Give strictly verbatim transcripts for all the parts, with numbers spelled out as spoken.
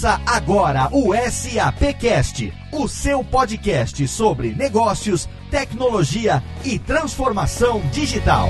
Começa agora o SAPcast, o seu podcast sobre negócios, tecnologia e transformação digital.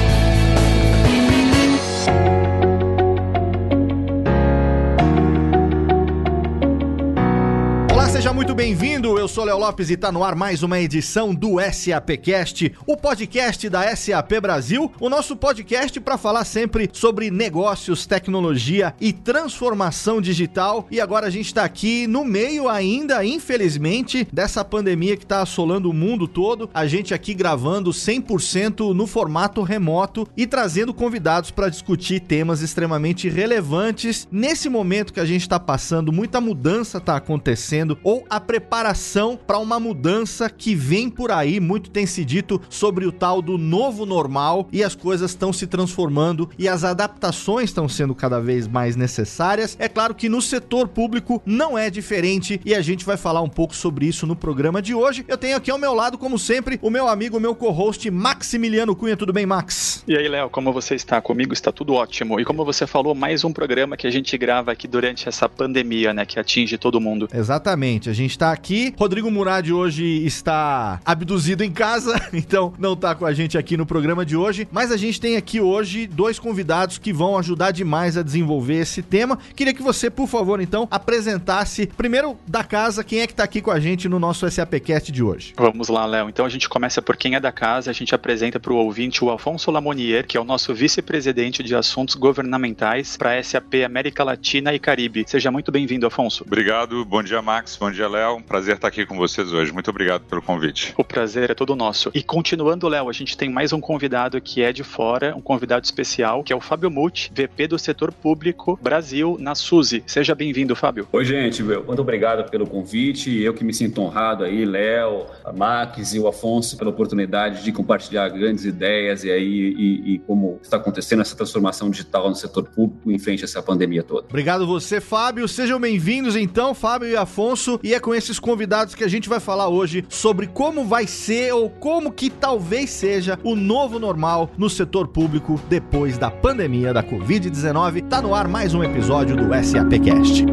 Seja muito bem-vindo, eu sou Léo Lopes e tá no ar mais uma edição do SAPcast, o podcast da S A P Brasil, o nosso podcast para falar sempre sobre negócios, tecnologia e transformação digital. E agora a gente tá aqui no meio ainda, infelizmente, dessa pandemia que tá assolando o mundo todo, a gente aqui gravando cem por cento no formato remoto e trazendo convidados para discutir temas extremamente relevantes. Nesse momento que a gente tá passando, muita mudança tá acontecendo, ou a preparação para uma mudança que vem por aí. Muito tem se dito sobre o tal do novo normal, e as coisas estão se transformando e as adaptações estão sendo cada vez mais necessárias. É claro que no setor público não é diferente, e a gente vai falar um pouco sobre isso no programa de hoje. Eu tenho aqui ao meu lado, como sempre, o meu amigo, o meu co-host Maximiliano Cunha. Tudo bem, Max? E aí, Léo, como você está? Comigo está tudo ótimo. E como você falou, mais um programa que a gente grava aqui durante essa pandemia, né, que atinge todo mundo. Exatamente. A gente tá aqui. Rodrigo Murad hoje está abduzido em casa, então não tá com a gente aqui no programa de hoje, mas a gente tem aqui hoje dois convidados que vão ajudar demais a desenvolver esse tema. Queria que você, por favor, então, apresentasse primeiro da casa quem é que tá aqui com a gente no nosso SAPcast de hoje. Vamos lá, Léo. Então a gente começa por quem é da casa, a gente apresenta para o ouvinte o Afonso Lamonier, que é o nosso vice-presidente de assuntos governamentais para a S A P América Latina e Caribe. Seja muito bem-vindo, Afonso. Obrigado. Bom dia, Max. Bom dia, Léo. Um prazer estar aqui com vocês hoje. Muito obrigado pelo convite. O prazer é todo nosso. E continuando, Léo, a gente tem mais um convidado que é de fora, um convidado especial, que é o Fábio Mucci, V P do Setor Público Brasil na SUSE. Seja bem-vindo, Fábio. Oi, gente. Muito obrigado pelo convite. Eu que me sinto honrado aí, Léo, a Max e o Afonso, pela oportunidade de compartilhar grandes ideias e aí e, e como está acontecendo essa transformação digital no setor público em frente a essa pandemia toda. Obrigado você, Fábio. Sejam bem-vindos, então, Fábio e Afonso. E é com esses convidados que a gente vai falar hoje sobre como vai ser ou como que talvez seja o novo normal no setor público depois da pandemia da covid dezenove. Tá no ar mais um episódio do SAPcast.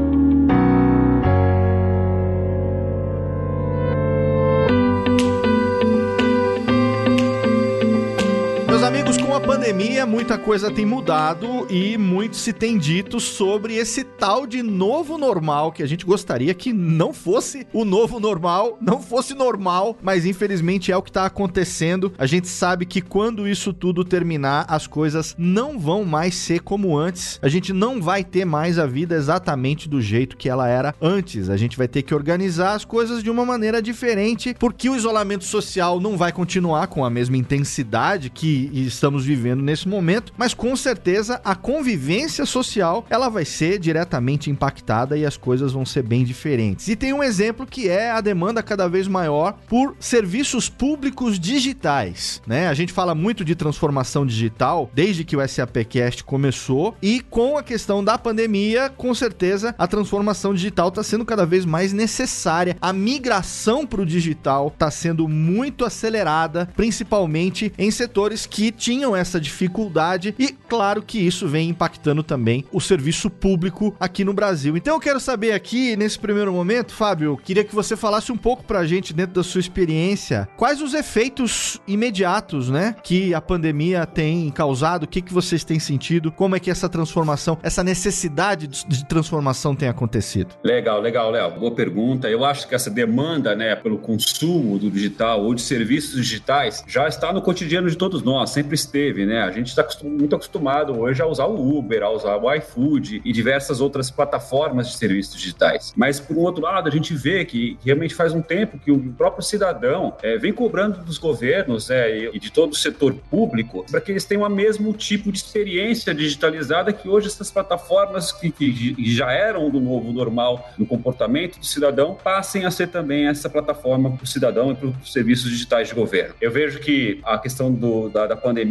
Pandemia, muita coisa tem mudado e muito se tem dito sobre esse tal de novo normal, que a gente gostaria que não fosse o novo normal, não fosse normal, mas infelizmente é o que está acontecendo. A gente sabe que quando isso tudo terminar, as coisas não vão mais ser como antes. A gente não vai ter mais a vida exatamente do jeito que ela era antes. A gente vai ter que organizar as coisas de uma maneira diferente, porque o isolamento social não vai continuar com a mesma intensidade que estamos vivendo nesse momento, mas com certeza a convivência social ela vai ser diretamente impactada e as coisas vão ser bem diferentes. E tem um exemplo que é a demanda cada vez maior por serviços públicos digitais, né? A gente fala muito de transformação digital desde que o SAPcast começou, e com a questão da pandemia, com certeza a transformação digital está sendo cada vez mais necessária. A migração para o digital está sendo muito acelerada, principalmente em setores que tinham essa essa dificuldade, e claro que isso vem impactando também o serviço público aqui no Brasil. Então eu quero saber aqui, nesse primeiro momento, Fábio, queria que você falasse um pouco pra gente, dentro da sua experiência, quais os efeitos imediatos, né, que a pandemia tem causado, o que que vocês têm sentido, como é que essa transformação, essa necessidade de transformação tem acontecido? Legal, legal, Léo. Boa pergunta. Eu acho que essa demanda, né, pelo consumo do digital ou de serviços digitais já está no cotidiano de todos nós, sempre esteve, né? A gente está muito acostumado hoje a usar o Uber, a usar o iFood e diversas outras plataformas de serviços digitais. Mas, por um outro lado, a gente vê que realmente faz um tempo que o próprio cidadão é, vem cobrando dos governos é, e de todo o setor público para que eles tenham o mesmo tipo de experiência digitalizada que hoje essas plataformas que, que já eram do novo normal no comportamento do cidadão passem a ser também essa plataforma para o cidadão e para os serviços digitais de governo. Eu vejo que a questão do, da, da pandemia que a gente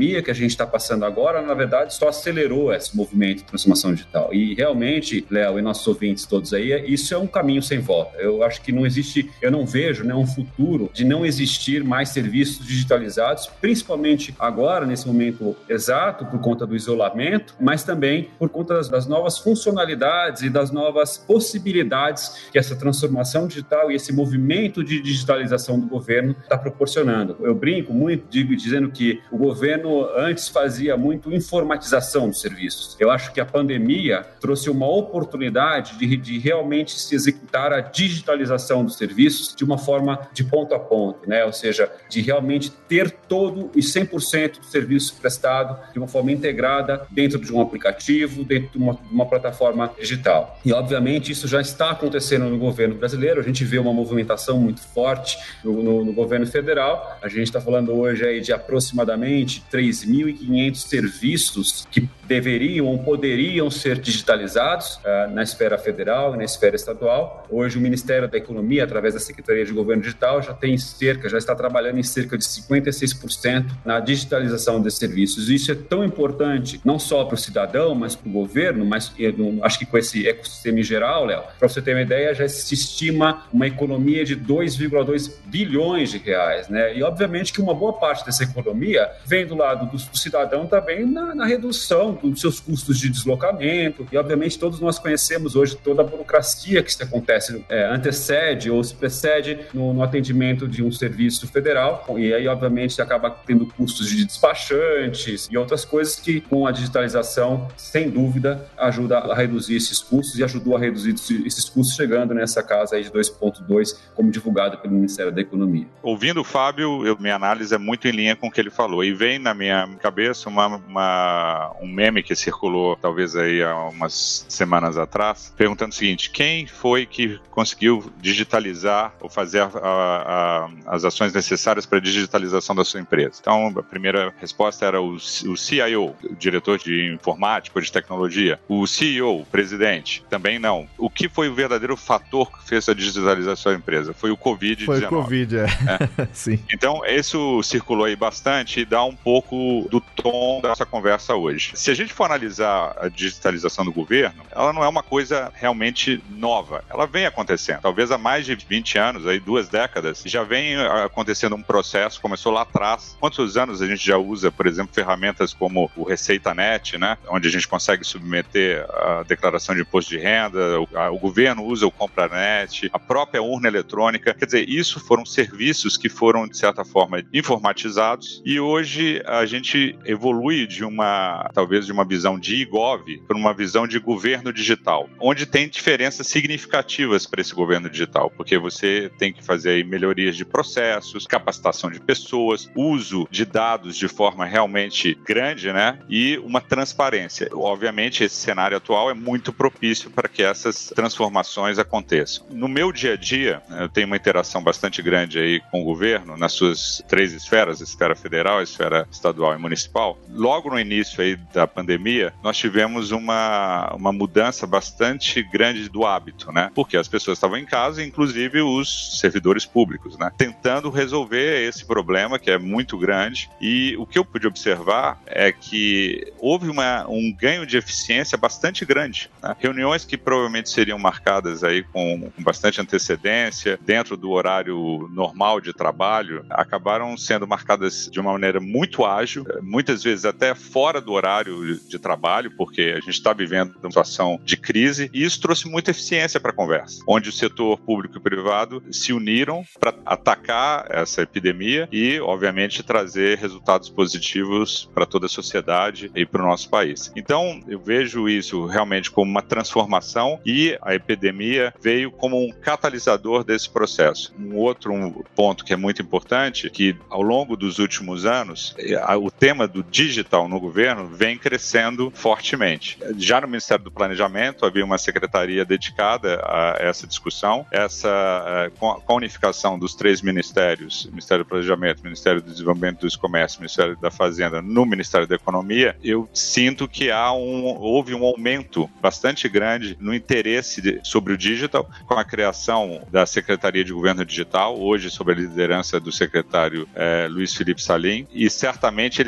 gente está passando agora, na verdade, só acelerou esse movimento de transformação digital. E realmente, Léo e nossos ouvintes todos aí, isso é um caminho sem volta. Eu acho que não existe, eu não vejo, né, um futuro de não existir mais serviços digitalizados, principalmente agora, nesse momento exato, por conta do isolamento, mas também por conta das, das novas funcionalidades e das novas possibilidades que essa transformação digital e esse movimento de digitalização do governo está proporcionando. Eu brinco muito, digo, dizendo que o governo antes fazia muito informatização dos serviços. Eu acho que a pandemia trouxe uma oportunidade de, de realmente se executar a digitalização dos serviços de uma forma de ponto a ponto, né? Ou seja, de realmente ter todo e cem por cento do serviço prestado de uma forma integrada dentro de um aplicativo, dentro de uma, de uma plataforma digital. E, obviamente, isso já está acontecendo no governo brasileiro. A gente vê uma movimentação muito forte no, no, no governo federal. A gente está falando hoje aí de aproximadamente três mil e quinhentos serviços que deveriam ou poderiam ser digitalizados uh, na esfera federal e na esfera estadual. Hoje o Ministério da Economia, através da Secretaria de Governo Digital, já tem cerca, já está trabalhando em cerca de cinquenta e seis por cento na digitalização desses serviços. Isso é tão importante, não só para o cidadão, mas para o governo, mas eu, acho que com esse ecossistema em geral, Léo, para você ter uma ideia, já se estima uma economia de dois vírgula dois bilhões de reais, né? E obviamente que uma boa parte dessa economia vem do lado do, do cidadão também na, na redução dos seus custos de deslocamento, e obviamente todos nós conhecemos hoje toda a burocracia que se acontece, é, antecede ou se precede no, no atendimento de um serviço federal, e aí obviamente você acaba tendo custos de despachantes e outras coisas que com a digitalização, sem dúvida, ajuda a reduzir esses custos e ajudou a reduzir esses custos chegando nessa casa aí de dois vírgula dois, como divulgado pelo Ministério da Economia. Ouvindo o Fábio, eu, minha análise é muito em linha com o que ele falou, e vem na minha cabeça uma, uma, um meme que circulou talvez aí há umas semanas atrás, perguntando o seguinte: quem foi que conseguiu digitalizar ou fazer a, a, a, as ações necessárias para a digitalização da sua empresa? Então, a primeira resposta era o, o C I O, o diretor de informática, de tecnologia. O C E O, o presidente, também não. O que foi o verdadeiro fator que fez a digitalização da empresa? Foi o covid dezenove. Foi o Covid, é. é. Sim. Então, isso circulou aí bastante e dá um pouco do tom dessa conversa hoje. Se a gente for analisar a digitalização do governo, ela não é uma coisa realmente nova. Ela vem acontecendo. Talvez há mais de vinte anos, aí duas décadas, já vem acontecendo um processo, começou lá atrás. Quantos anos a gente já usa, por exemplo, ferramentas como o ReceitaNet, né, onde a gente consegue submeter a declaração de imposto de renda, o, a, o governo usa o CompraNet, a própria urna eletrônica. Quer dizer, isso foram serviços que foram, de certa forma, informatizados, e hoje a gente evolui de uma, talvez de uma visão de e-gov para uma visão de governo digital, onde tem diferenças significativas para esse governo digital, porque você tem que fazer aí melhorias de processos, capacitação de pessoas, uso de dados de forma realmente grande, né? E uma transparência. Obviamente, esse cenário atual é muito propício para que essas transformações aconteçam. No meu dia a dia, eu tenho uma interação bastante grande aí com o governo, nas suas três esferas, a esfera federal, a esfera estadual e municipal. Logo no início aí da pandemia, nós tivemos uma, uma mudança bastante grande do hábito, né? Porque as pessoas estavam em casa, inclusive os servidores públicos, né? Tentando resolver esse problema que é muito grande, e o que eu pude observar é que houve uma, um ganho de eficiência bastante grande, né? Reuniões que provavelmente seriam marcadas aí com, com bastante antecedência, dentro do horário normal de trabalho, acabaram sendo marcadas de uma maneira muito ágil, muitas vezes até fora do horário de trabalho, porque a gente está vivendo uma situação de crise, e isso trouxe muita eficiência para a conversa, onde o setor público e privado se uniram para atacar essa epidemia e, obviamente, trazer resultados positivos para toda a sociedade e para o nosso país. Então, eu vejo isso realmente como uma transformação, e a epidemia veio como um catalisador desse processo. Um outro um ponto que é muito importante, que ao longo dos últimos anos, o tema do digital no governo vem crescendo fortemente. Já no Ministério do Planejamento havia uma secretaria dedicada a essa discussão. Essa, com a unificação dos três ministérios, Ministério do Planejamento, Ministério do Desenvolvimento do Comércio, Ministério da Fazenda, no Ministério da Economia, eu sinto que há um, houve um aumento bastante grande no interesse de, sobre o digital, com a criação da Secretaria de Governo Digital, hoje sob a liderança do secretário eh, Luiz Felipe Salim, e certamente ele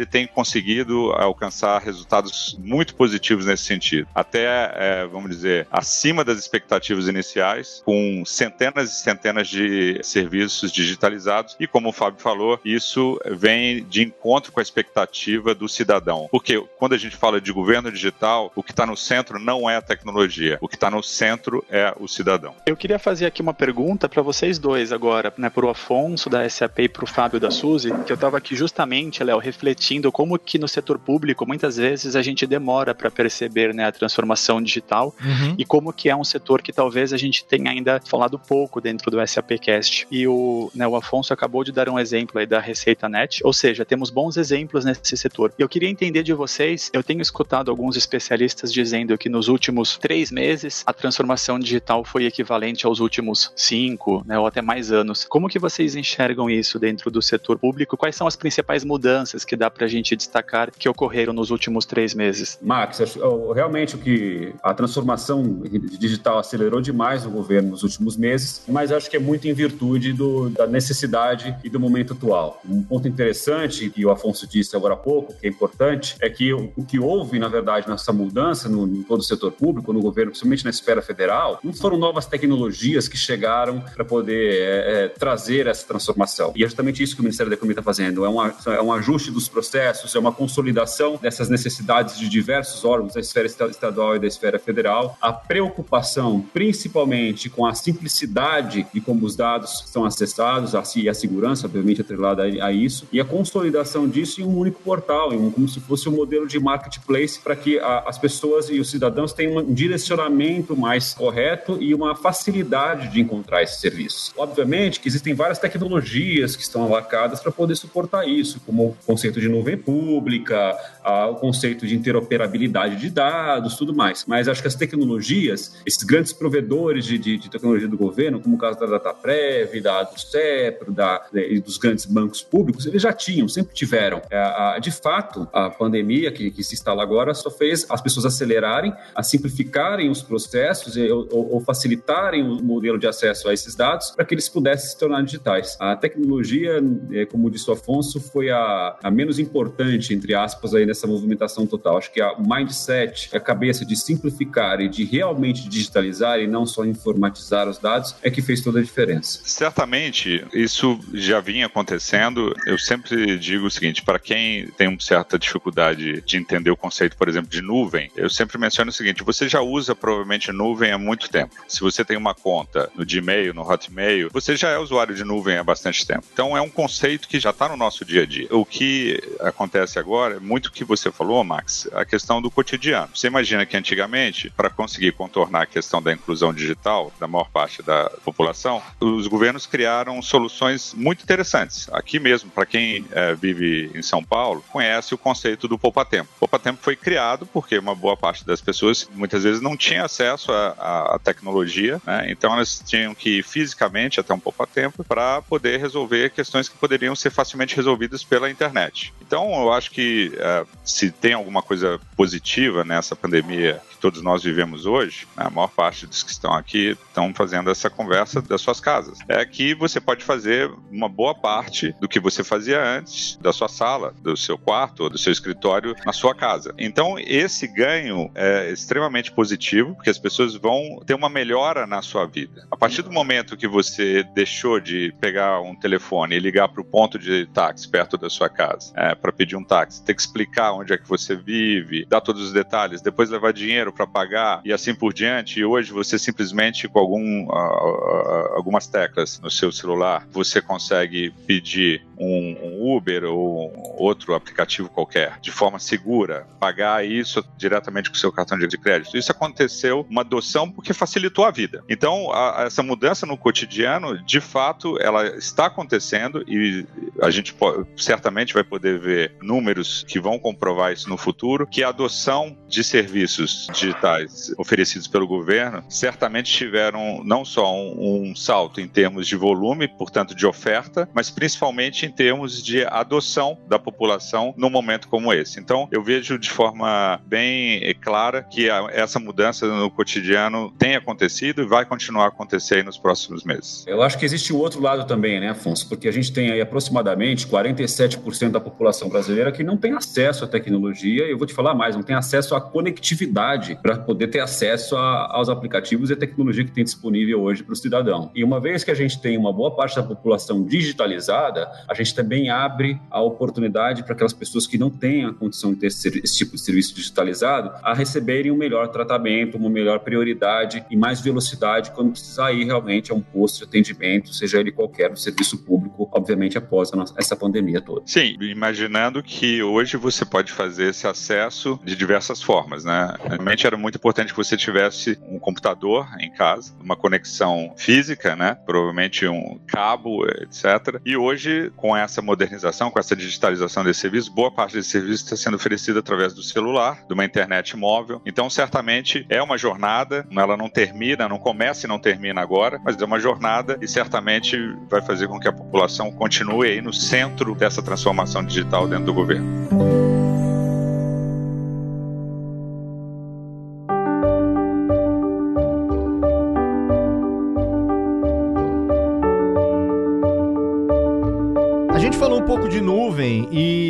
tem conseguido alcançar resultados muito positivos nesse sentido. Até, é, vamos dizer, acima das expectativas iniciais, com centenas e centenas de serviços digitalizados. E como o Fábio falou, isso vem de encontro com a expectativa do cidadão. Porque quando a gente fala de governo digital, o que está no centro não é a tecnologia. O que está no centro é o cidadão. Eu queria fazer aqui uma pergunta para vocês dois agora, né, para o Afonso da S A P e para o Fábio da Suzy, que eu estava aqui justamente, Léo, refletindo como que no setor público, muitas vezes a gente demora para perceber, né, a transformação digital uhum. e como que é um setor que talvez a gente tenha ainda falado pouco dentro do SAPcast. E o, né, o Afonso acabou de dar um exemplo aí da Receita Net, ou seja, temos bons exemplos nesse setor. E eu queria entender de vocês, eu tenho escutado alguns especialistas dizendo que nos últimos três meses a transformação digital foi equivalente aos últimos cinco, né, ou até mais anos. Como que vocês enxergam isso dentro do setor público? Quais são as principais mudanças que dá para a gente destacar que ocorreram nos últimos três meses? Max, realmente o que a transformação digital acelerou demais no governo nos últimos meses, mas acho que é muito em virtude do, da necessidade e do momento atual. Um ponto interessante que o Afonso disse agora há pouco, que é importante, é que o, o que houve, na verdade, nessa mudança no, em todo o setor público, no governo, principalmente na esfera federal, não foram novas tecnologias que chegaram para poder é, é, trazer essa transformação. E é justamente isso que o Ministério da Economia está fazendo. É um, é um ajuste dos processos, é uma consolidação dessas necessidades de diversos órgãos da esfera estadual e da esfera federal. A preocupação, principalmente, com a simplicidade de como os dados são acessados, e a segurança, obviamente, atrelada a isso, e a consolidação disso em um único portal, em um, como se fosse um modelo de marketplace para que a, as pessoas e os cidadãos tenham um direcionamento mais correto e uma facilidade de encontrar esses serviços. Obviamente que existem várias tecnologias que estão abarcadas para poder suportar isso, como o conceito de nuvem pública, a, o conceito de interoperabilidade de dados, tudo mais. Mas acho que as tecnologias, esses grandes provedores de, de, de tecnologia do governo, como o caso da Dataprev, da ADUCEPRO, da, e dos grandes bancos públicos, eles já tinham, sempre tiveram. É, a, de fato, a pandemia que, que se instala agora só fez as pessoas acelerarem, a simplificarem os processos e, ou, ou facilitarem o modelo de acesso a esses dados para que eles pudessem se tornar digitais. A tecnologia, como disse o Afonso, foi a, a menos importante, entre aspas, aí nessa movimentação total. Acho que a, o mindset, a cabeça de simplificar e de realmente digitalizar e não só informatizar os dados é que fez toda a diferença. Certamente, isso já vinha acontecendo. Eu sempre digo o seguinte, para quem tem uma certa dificuldade de entender o conceito, por exemplo, de nuvem, eu sempre menciono o seguinte, você já usa provavelmente nuvem há muito tempo. Se você tem uma conta no Gmail, no Hotmail, você já é usuário de nuvem há bastante tempo. Então, é um conceito que já está no nosso dia a dia. O que acontece agora é muito o que você falou, Max, a questão do cotidiano. Você imagina que antigamente, para conseguir contornar a questão da inclusão digital da maior parte da população, os governos criaram soluções muito interessantes. Aqui mesmo, para quem é, vive em São Paulo, conhece o conceito do poupa-tempo. O poupa-tempo foi criado porque uma boa parte das pessoas, muitas vezes, não tinha acesso à tecnologia, né? Então elas tinham que ir fisicamente até um poupa-tempo para poder resolver questões que poderiam ser facilmente resolvidas pela internet. Então, eu acho que uh, se tem alguma coisa positiva nessa pandemia que todos nós vivemos hoje, né, a maior parte dos que estão aqui estão fazendo essa conversa das suas casas. É que você pode fazer uma boa parte do que você fazia antes da sua sala, do seu quarto ou do seu escritório na sua casa. Então, esse ganho é extremamente positivo, porque as pessoas vão ter uma melhora na sua vida. A partir do momento que você deixou de pegar um telefone e ligar para o ponto de táxi perto da sua casa, é, para pedir um táxi, ter que explicar onde é que você vive, dar todos os detalhes, depois levar dinheiro para pagar e assim por diante, e hoje você simplesmente com algum, uh, uh, algumas teclas no seu celular, você consegue pedir um, um Uber ou outro aplicativo qualquer, de forma segura, pagar isso diretamente com o seu cartão de crédito. Isso aconteceu, uma adoção, porque facilitou a vida. Então, a, a essa mudança no cotidiano, de fato, ela está acontecendo e a gente pode, certamente vai poder ver números que vão comprovar isso no futuro, que a adoção de serviços digitais oferecidos pelo governo certamente tiveram não só um, um salto em termos de volume, portanto de oferta, mas principalmente em em termos de adoção da população num momento como esse. Então, eu vejo de forma bem clara que a, essa mudança no cotidiano tem acontecido e vai continuar a acontecer aí nos próximos meses. Eu acho que existe o outro lado também, né, Afonso? Porque a gente tem aí aproximadamente quarenta e sete por cento da população brasileira que não tem acesso à tecnologia, e eu vou te falar mais, não tem acesso à conectividade para poder ter acesso a, aos aplicativos e a tecnologia que tem disponível hoje para o cidadão. E uma vez que a gente tem uma boa parte da população digitalizada, a gente também abre a oportunidade para aquelas pessoas que não têm a condição de ter esse, esse tipo de serviço digitalizado a receberem um melhor tratamento, uma melhor prioridade e mais velocidade quando precisar ir realmente a um posto de atendimento, seja ele qualquer, no serviço público, obviamente após a nossa, essa pandemia toda. Sim, imaginando que hoje você pode fazer esse acesso de diversas formas, né? Realmente era muito importante que você tivesse um computador em casa, uma conexão física, né? Provavelmente um cabo, etcétera. E hoje, com essa modernização, com essa digitalização desse serviço, boa parte desse serviço está sendo oferecido através do celular, de uma internet móvel. Então, certamente, é uma jornada, ela não termina, não começa e não termina agora, mas é uma jornada e certamente vai fazer com que a população continue aí no centro dessa transformação digital dentro do governo. A gente falou um pouco de nuvem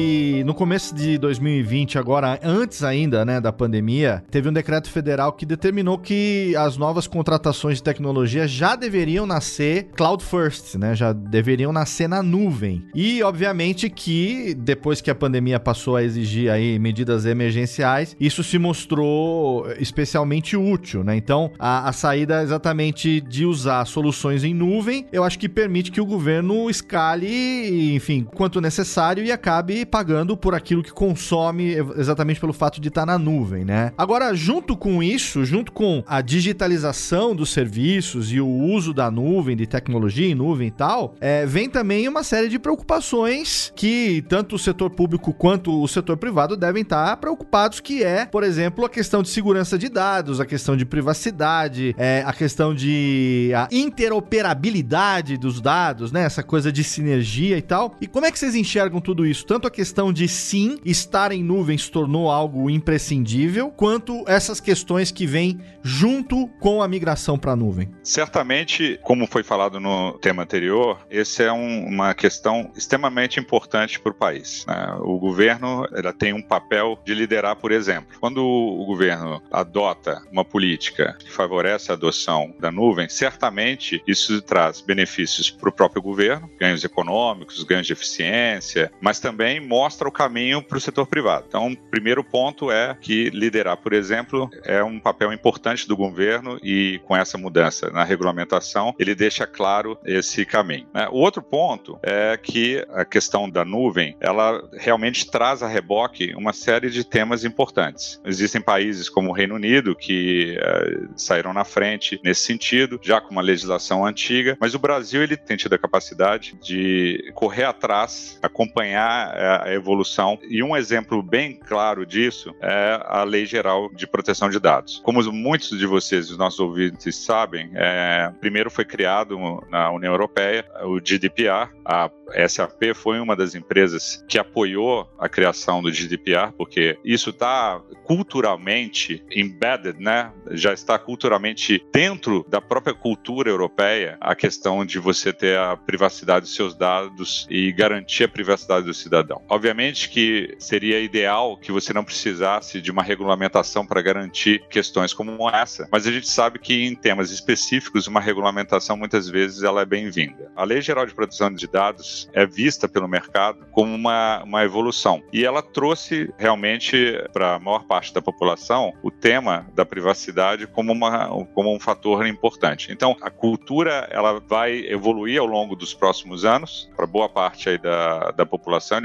e no começo de dois mil e vinte, agora antes ainda, né, da pandemia, teve um decreto federal que determinou que as novas contratações de tecnologia já deveriam nascer cloud first, né, já deveriam nascer na nuvem. E obviamente que depois que a pandemia passou a exigir aí medidas emergenciais, isso se mostrou especialmente útil, né? Então a, a saída exatamente de usar soluções em nuvem, eu acho que permite que o governo escale, enfim, quanto necessário e acabe pagando por aquilo que consome exatamente pelo fato de estar na nuvem, né? Agora, junto com isso, junto com a digitalização dos serviços e o uso da nuvem, de tecnologia em nuvem e tal, é, vem também uma série de preocupações que tanto o setor público quanto o setor privado devem estar preocupados, que é, por exemplo, a questão de segurança de dados, a questão de privacidade, é, a questão de a interoperabilidade dos dados, né? Essa coisa de sinergia e tal. E como é que vocês enxergam tudo isso? Tanto a questão de sim, estar em nuvem se tornou algo imprescindível, quanto essas questões que vêm junto com a migração para a nuvem. Certamente, como foi falado no tema anterior, essa é um, uma questão extremamente importante para o país, né? O governo ela tem um papel de liderar, por exemplo. Quando o governo adota uma política que favorece a adoção da nuvem, certamente isso traz benefícios para o próprio governo, ganhos econômicos, ganhos de eficiência, mas também mostra o caminho para o setor privado. Então, o primeiro ponto é que liderar, por exemplo, é um papel importante do governo e com essa mudança na regulamentação, ele deixa claro esse caminho, né? O outro ponto é que a questão da nuvem, ela realmente traz a reboque uma série de temas importantes. Existem países como o Reino Unido que uh, saíram na frente nesse sentido, já com uma legislação antiga, mas o Brasil ele tem tido a capacidade de correr atrás, acompanhar a evolução, e um exemplo bem claro disso é a Lei Geral de Proteção de Dados. Como muitos de vocês, os nossos ouvintes, sabem, é, primeiro foi criado na União Europeia o G D P R. A S A P foi uma das empresas que apoiou a criação do G D P R, porque isso está culturalmente embedded, né? Já está culturalmente dentro da própria cultura europeia a questão de você ter a privacidade dos seus dados e garantir a privacidade do cidadão. Obviamente que seria ideal que você não precisasse de uma regulamentação para garantir questões como essa, mas a gente sabe que em temas específicos uma regulamentação muitas vezes ela é bem-vinda. A Lei Geral de Proteção de Dados é vista pelo mercado como uma, uma evolução, e ela trouxe realmente para a maior parte da população o tema da privacidade como, uma, como um fator importante. Então a cultura ela vai evoluir ao longo dos próximos anos, para boa parte aí da, da população, eles vão entender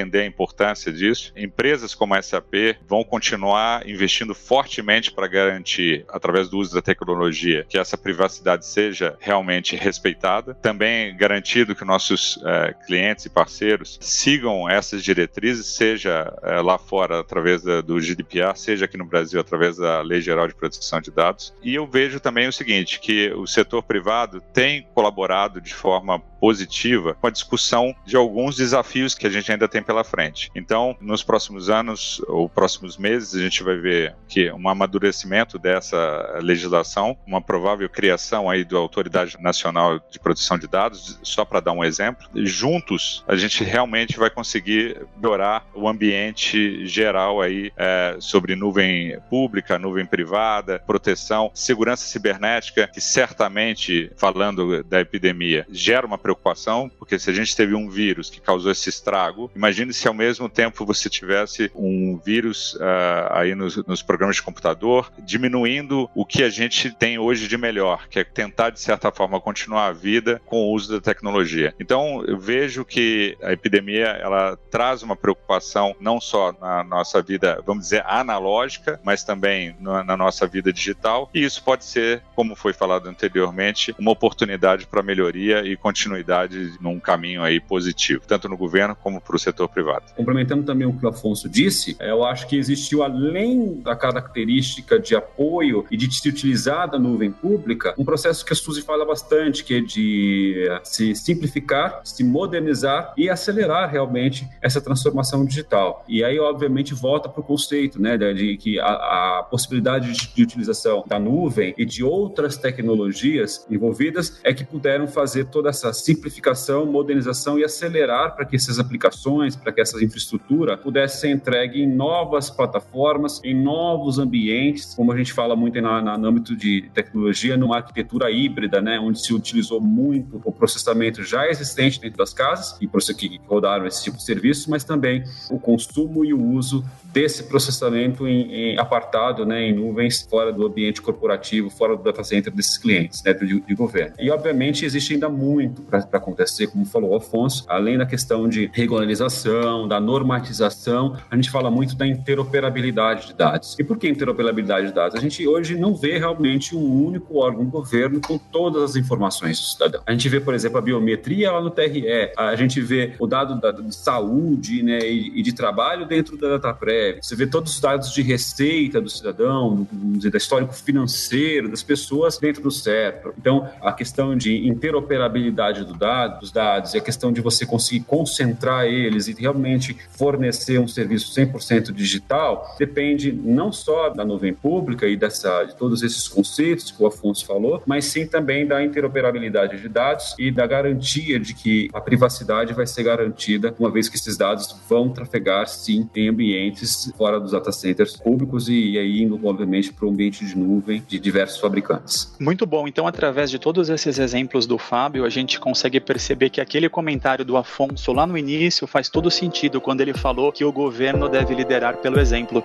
entender a importância disso. Empresas como a S A P vão continuar investindo fortemente para garantir, através do uso da tecnologia, que essa privacidade seja realmente respeitada. Também garantido que nossos eh, clientes e parceiros sigam essas diretrizes, seja eh, lá fora através da, do G D P R, seja aqui no Brasil através da Lei Geral de Proteção de Dados. E eu vejo também o seguinte, que o setor privado tem colaborado de forma positiva com a discussão de alguns desafios que a gente ainda tem pela frente. Então, nos próximos anos ou próximos meses, a gente vai ver que um amadurecimento dessa legislação, uma provável criação aí da Autoridade Nacional de Proteção de Dados, só para dar um exemplo. Juntos, a gente realmente vai conseguir melhorar o ambiente geral aí é, sobre nuvem pública, nuvem privada, proteção, segurança cibernética, que certamente, falando da epidemia, gera uma preocupação, porque se a gente teve um vírus que causou esse estrago, imagine se ao mesmo tempo você tivesse um vírus uh, aí nos, nos programas de computador, diminuindo o que a gente tem hoje de melhor, que é tentar, de certa forma, continuar a vida com o uso da tecnologia. Então, eu vejo que a epidemia, ela traz uma preocupação não só na nossa vida, vamos dizer, analógica, mas também na, na nossa vida digital, e isso pode ser, como foi falado anteriormente, uma oportunidade para melhoria e continuidade num caminho aí positivo, tanto no governo como para o setor privado. Complementando também o que o Afonso disse, eu acho que existiu, além da característica de apoio e de se utilizar da nuvem pública, um processo que a Suzy fala bastante, que é de se simplificar, se modernizar e acelerar realmente essa transformação digital. E aí, obviamente, volta para o conceito, né, de que a, a possibilidade de, de utilização da nuvem e de outras tecnologias envolvidas é que puderam fazer toda essa simplificação, modernização e acelerar para que essas aplicações, para que essa infraestrutura pudesse ser entregue em novas plataformas, em novos ambientes, como a gente fala muito na, na, no âmbito de tecnologia, numa arquitetura híbrida, né, onde se utilizou muito o processamento já existente dentro das casas e por isso que rodaram esse tipo de serviço, mas também o consumo e o uso desse processamento em, em apartado, né, em nuvens, fora do ambiente corporativo, fora do data center desses clientes, né, de, de governo. E, obviamente, existe ainda muito para acontecer, como falou o Afonso, além da questão de regularização, da normatização, a gente fala muito da interoperabilidade de dados. E por que interoperabilidade de dados? A gente hoje não vê realmente um único órgão do governo com todas as informações do cidadão. A gente vê, por exemplo, a biometria lá no T R E, a gente vê o dado da, de saúde, né, e, e de trabalho dentro da DataPrev, você vê todos os dados de receita do cidadão, do, do histórico financeiro das pessoas dentro do C E P. Então, a questão de interoperabilidade do dado, dos dados e a questão de você conseguir concentrar eles e realmente fornecer um serviço cem por cento digital depende não só da nuvem pública e dessa, de todos esses conceitos que o Afonso falou, mas sim também da interoperabilidade de dados e da garantia de que a privacidade vai ser garantida, uma vez que esses dados vão trafegar, sim, em ambientes fora dos data centers públicos e, e aí indo, obviamente, para o ambiente de nuvem de diversos fabricantes. Muito bom. Então, através de todos esses exemplos do Fábio, a gente consegue perceber que aquele comentário do Afonso lá no início faz todo sentido quando ele falou que o governo deve liderar pelo exemplo.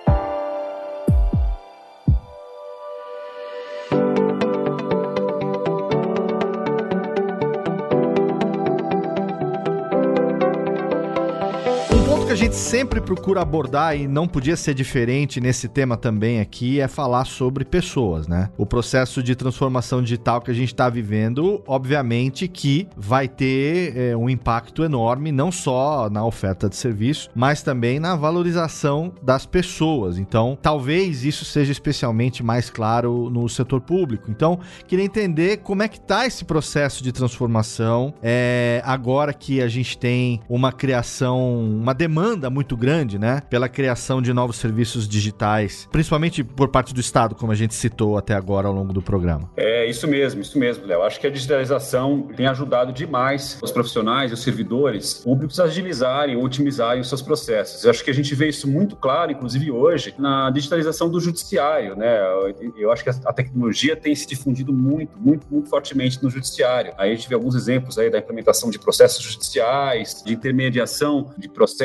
A gente sempre procura abordar, e não podia ser diferente nesse tema também aqui, é falar sobre pessoas, né? O processo de transformação digital que a gente está vivendo, obviamente que vai ter é, um impacto enorme, não só na oferta de serviço, mas também na valorização das pessoas. Então, talvez isso seja especialmente mais claro no setor público. Então, queria entender como é que está esse processo de transformação, é, agora que a gente tem uma criação, uma demanda muito grande, né, pela criação de novos serviços digitais, principalmente por parte do Estado, como a gente citou até agora ao longo do programa. É isso mesmo, isso mesmo, Léo. Acho que a digitalização tem ajudado demais os profissionais e os servidores públicos a agilizarem, otimizarem os seus processos. Eu acho que a gente vê isso muito claro, inclusive hoje, na digitalização do judiciário, né? Eu acho que a tecnologia tem se difundido muito, muito, muito fortemente no judiciário. Aí a gente vê alguns exemplos aí da implementação de processos judiciais, de intermediação de processos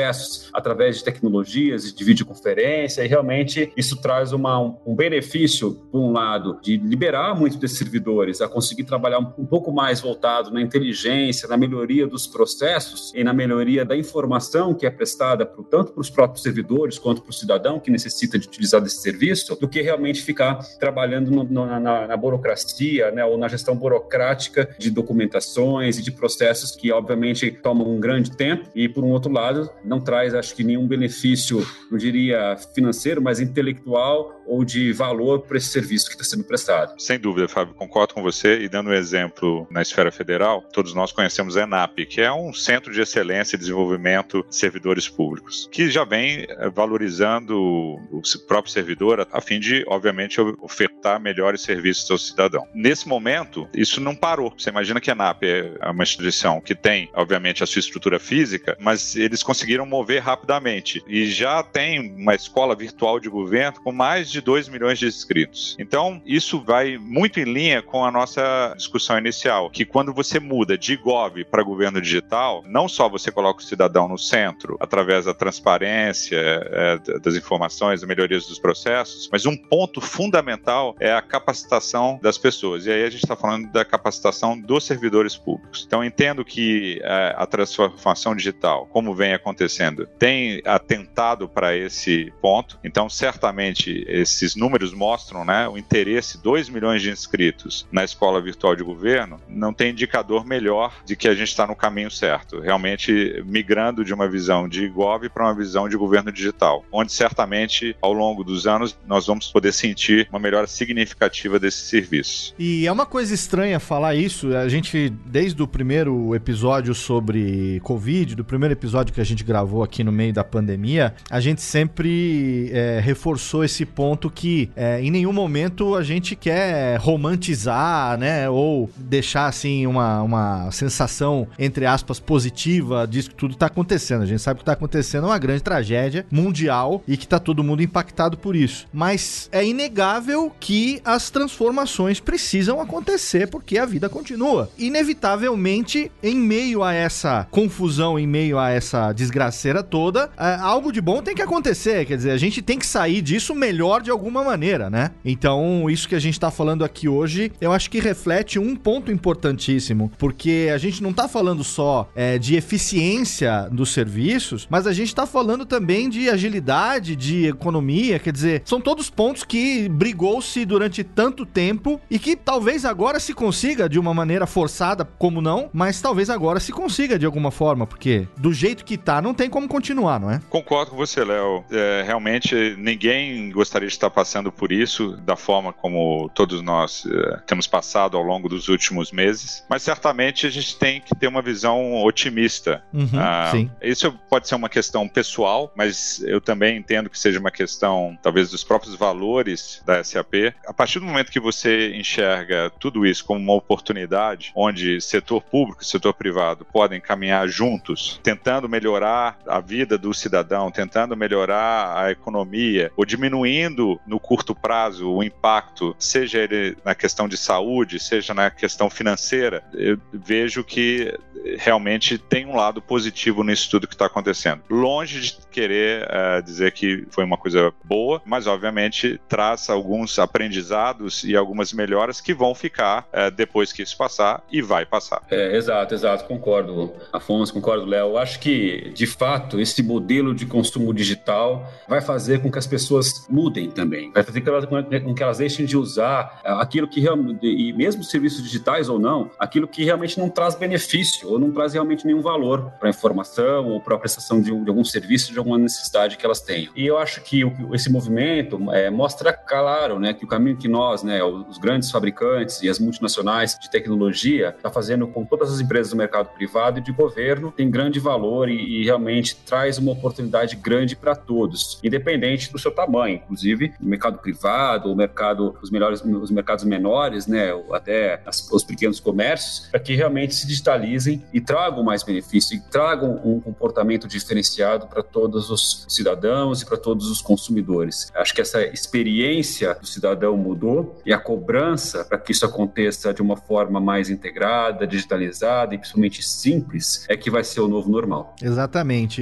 todos através de tecnologias de videoconferência, e realmente isso traz uma, um, um benefício, por um lado, de liberar muitos desses servidores a conseguir trabalhar um, um pouco mais voltado na inteligência, na melhoria dos processos e na melhoria da informação que é prestada pro, tanto para os próprios servidores quanto para o cidadão que necessita de utilizar desse serviço, do que realmente ficar trabalhando no, no, na, na burocracia, né, ou na gestão burocrática de documentações e de processos que, obviamente, tomam um grande tempo e, por um outro lado, não traz, acho que, nenhum benefício, não diria financeiro, mas intelectual ou de valor para esse serviço que está sendo prestado. Sem dúvida, Fábio, concordo com você, e dando um exemplo na esfera federal, todos nós conhecemos a ENAP, que é um centro de excelência e desenvolvimento de servidores públicos, que já vem valorizando o próprio servidor a fim de, obviamente, ofertar melhores serviços ao cidadão. Nesse momento, isso não parou. Você imagina que a ENAP é uma instituição que tem, obviamente, a sua estrutura física, mas eles conseguiram mover rapidamente e já tem uma escola virtual de governo com mais de dois milhões de inscritos. Então, isso vai muito em linha com a nossa discussão inicial, que quando você muda de Gov para governo digital, não só você coloca o cidadão no centro, através da transparência, é, das informações, da melhoria dos processos, mas um ponto fundamental é a capacitação das pessoas. E aí a gente está falando da capacitação dos servidores públicos. Então, entendo que é, a transformação digital, como vem acontecendo, tem atentado para esse ponto. Então, certamente, esses números mostram, né, o interesse, dois milhões de inscritos na escola virtual de governo, não tem indicador melhor de que a gente está no caminho certo, realmente migrando de uma visão de Gov para uma visão de governo digital, onde certamente, ao longo dos anos, nós vamos poder sentir uma melhora significativa desse serviço. E é uma coisa estranha falar isso, a gente, desde o primeiro episódio sobre Covid, do primeiro episódio que a gente gravou aqui no meio da pandemia, a gente sempre é, reforçou esse ponto que é, em nenhum momento a gente quer romantizar, né, ou deixar assim uma, uma sensação, entre aspas, positiva disso que tudo está acontecendo. A gente sabe que está acontecendo uma grande tragédia mundial e que está todo mundo impactado por isso. Mas é inegável que as transformações precisam acontecer porque a vida continua. Inevitavelmente, em meio a essa confusão, em meio a essa desgraceira toda, é, algo de bom tem que acontecer. Quer dizer, a gente tem que sair disso melhor de alguma maneira, né? Então, isso que a gente tá falando aqui hoje, eu acho que reflete um ponto importantíssimo, porque a gente não tá falando só é, de eficiência dos serviços, mas a gente tá falando também de agilidade, de economia, quer dizer, são todos pontos que brigou-se durante tanto tempo e que talvez agora se consiga de uma maneira forçada, como não, mas talvez agora se consiga de alguma forma, porque do jeito que tá, não tem como continuar, não é? Concordo com você, Léo. É, realmente, ninguém gostaria de estar passando por isso da forma como todos nós uh, temos passado ao longo dos últimos meses, mas certamente a gente tem que ter uma visão otimista. Uhum, uh, sim. Isso pode ser uma questão pessoal, mas eu também entendo que seja uma questão, talvez, dos próprios valores da S A P. A partir do momento que você enxerga tudo isso como uma oportunidade, onde setor público e setor privado podem caminhar juntos, tentando melhorar a vida do cidadão, tentando melhorar a economia, ou diminuindo no curto prazo o impacto, seja ele na questão de saúde, seja na questão financeira, eu vejo que realmente tem um lado positivo nisso tudo que está acontecendo. Longe de querer uh, dizer que foi uma coisa boa, mas obviamente traz alguns aprendizados e algumas melhoras que vão ficar uh, depois que isso passar, e vai passar. É, exato, exato, concordo, Afonso, concordo, Léo. Eu acho que, de fato, esse modelo de consumo digital vai fazer com que as pessoas mudem também, vai fazer com que elas deixem de usar aquilo que realmente, e mesmo serviços digitais ou não, aquilo que realmente não traz benefício ou não traz realmente nenhum valor para a informação ou para a prestação de, um, de algum serviço, de alguma necessidade que elas tenham. E eu acho que o, esse movimento é, mostra claro, né, que o caminho que nós, né, os grandes fabricantes e as multinacionais de tecnologia está fazendo com todas as empresas do mercado privado e de governo tem grande valor e, e realmente traz uma oportunidade grande para todos, independente do seu tamanho, inclusive o mercado privado, o mercado, os melhores, os mercados menores, né, até as, os pequenos comércios, para que realmente se digitalizem e tragam mais benefício, e tragam um comportamento diferenciado para todos os cidadãos e para todos os consumidores. Acho que essa experiência do cidadão mudou e a cobrança para que isso aconteça de uma forma mais integrada, digitalizada e principalmente simples é que vai ser o novo normal. Exatamente.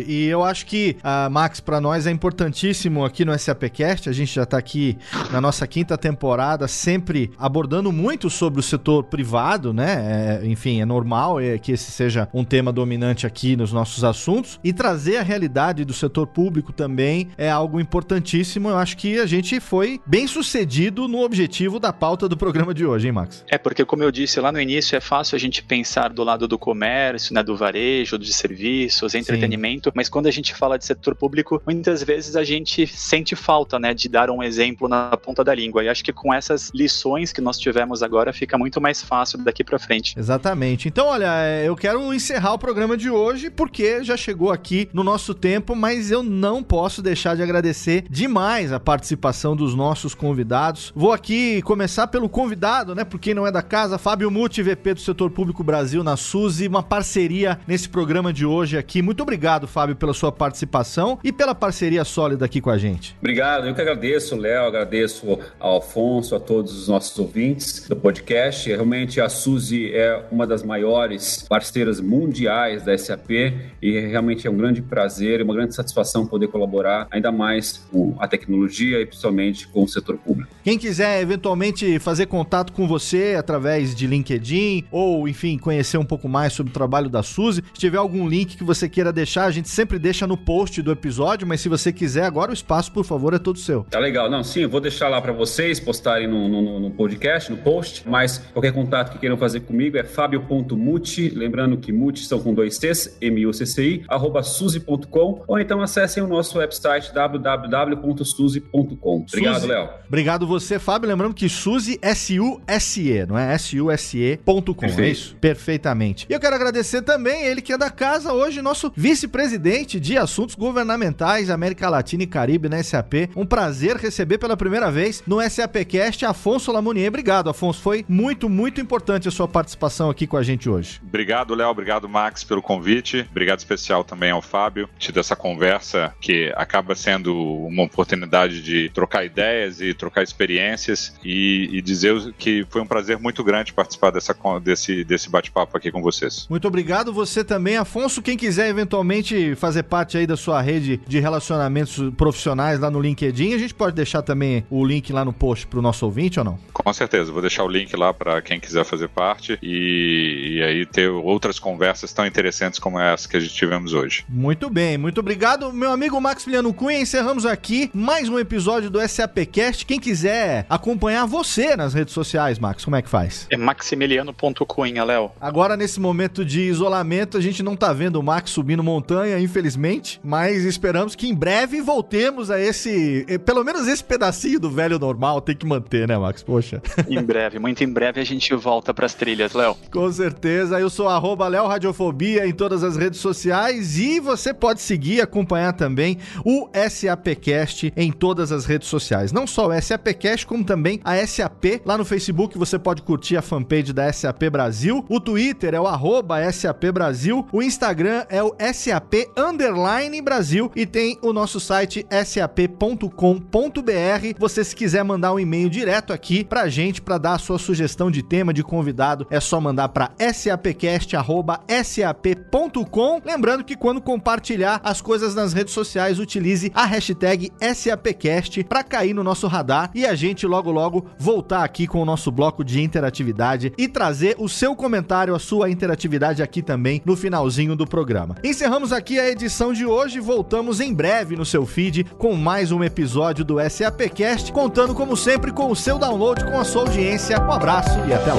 E eu acho que, uh, Max, para nós é importantíssimo aqui no SAPcast, a gente já tá aqui na nossa quinta temporada, sempre abordando muito sobre o setor privado, né? É, enfim, é normal é, que esse seja um tema dominante aqui nos nossos assuntos, e trazer a realidade do setor público também é algo importantíssimo. Eu acho que a gente foi bem sucedido no objetivo da pauta do programa de hoje, hein, Max? É, porque como eu disse lá no início, é fácil a gente pensar do lado do comércio, né, do varejo, de serviços, entretenimento, Sim. mas quando a gente fala de setor público, muitas vezes a gente sente falta, né, de dar um exemplo na ponta da língua, e acho que com essas lições que nós tivemos agora, fica muito mais fácil daqui pra frente. Exatamente. Então, olha, eu quero encerrar o programa de hoje, porque já chegou aqui no nosso tempo, mas eu não posso deixar de agradecer demais a participação dos nossos convidados. Vou aqui começar pelo convidado, né, por quem não é da casa, Fábio Muti, V P do Setor Público Brasil na SUSE, uma parceria nesse programa de hoje aqui. Muito obrigado, Fábio, pela sua participação e pela parceria sólida aqui com a gente. Obrigado, eu que agradeço, Léo, agradeço ao Afonso, a todos os nossos ouvintes do podcast. Realmente a SUSE é uma das maiores parceiras mundiais da S A P e realmente é um grande prazer e uma grande satisfação poder colaborar ainda mais com a tecnologia e principalmente com o setor público. Quem quiser eventualmente fazer contato com você através de LinkedIn ou, enfim, conhecer um pouco mais sobre o trabalho da SUSE, se tiver algum link que você queira deixar, a gente sempre deixa no post do episódio, mas se você quiser, agora o espaço, por favor, é todo seu. Tá legal. Não, sim, eu vou deixar lá para vocês postarem no, no, no podcast, no post, mas qualquer contato que queiram fazer comigo é fabio ponto muti, lembrando que Muti são com dois T's, M U C C I, arroba suse ponto com, ou então acessem o nosso website w w w ponto suse ponto com. Obrigado, Léo. Obrigado você, Fábio. Lembrando que SUSE, S U S E, não é? S U S E ponto com, é isso? Perfeitamente. E eu quero agradecer também ele que é da casa hoje, nosso vice-presidente de Assuntos Governamentais, América Latina e Caribe na S A P. Um prazer receber pela primeira vez no SAPcast Afonso Lamounier. Obrigado, Afonso. Foi muito, muito importante a sua participação aqui com a gente hoje. Obrigado, Léo. Obrigado, Max, pelo convite. Obrigado especial também ao Fábio, tido essa conversa que acaba sendo uma oportunidade de trocar ideias e trocar experiências e, e dizer que foi um prazer muito grande participar dessa, desse, desse bate-papo aqui com vocês. Muito obrigado. Você também, Afonso. Quem quiser eventualmente fazer parte aí da sua rede de relacionamentos profissionais lá no LinkedIn, a gente pode deixar também o link lá no post pro nosso ouvinte ou não? Com certeza. Vou deixar o link lá para quem quiser fazer parte e, e aí ter outras conversas tão interessantes como essa que a gente tivemos hoje. Muito bem. Muito obrigado, meu amigo Maximiliano Cunha. Encerramos aqui mais um episódio do SAPcast. Quem quiser acompanhar você nas redes sociais, Max, como é que faz? É maximiliano ponto cunha, Léo. Agora, nesse momento de isolamento, a gente não tá vendo o Max subindo montanha, infelizmente, mas esperamos que em breve voltemos a esse, pelo menos esse pedacinho do velho normal tem que manter, né, Max? Poxa. Em breve, muito em breve a gente volta pras trilhas, Léo. Com certeza. Eu sou arroba Léo Radiofobia em todas as redes sociais e você pode seguir e acompanhar também o SAPcast em todas as redes sociais. Não só o SAPcast, como também a S A P. Lá no Facebook você pode curtir a fanpage da S A P Brasil. O Twitter é o arroba S A P Brasil. O Instagram é o S A P Underline Brasil. E tem o nosso site S A P ponto com ponto B R. Você, se quiser mandar um e-mail direto aqui pra gente, pra dar a sua sugestão de tema, de convidado, é só mandar pra sapcast arroba S A P ponto com. Lembrando que quando compartilhar as coisas nas redes sociais, utilize a hashtag SAPcast pra cair no nosso radar e a gente logo logo voltar aqui com o nosso bloco de interatividade e trazer o seu comentário, a sua interatividade aqui também no finalzinho do programa. Encerramos aqui a edição de hoje, voltamos em breve no seu feed com mais um episódio do SAPcast, contando como sempre com o seu download, com a sua audiência. Um abraço e até lá.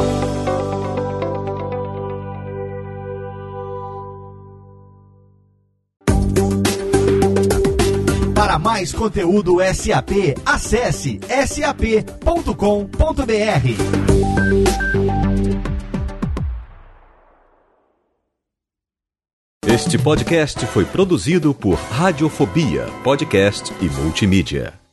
Para mais conteúdo S A P, acesse S A P ponto com ponto B R. Este podcast foi produzido por Radiofobia, podcast e multimídia.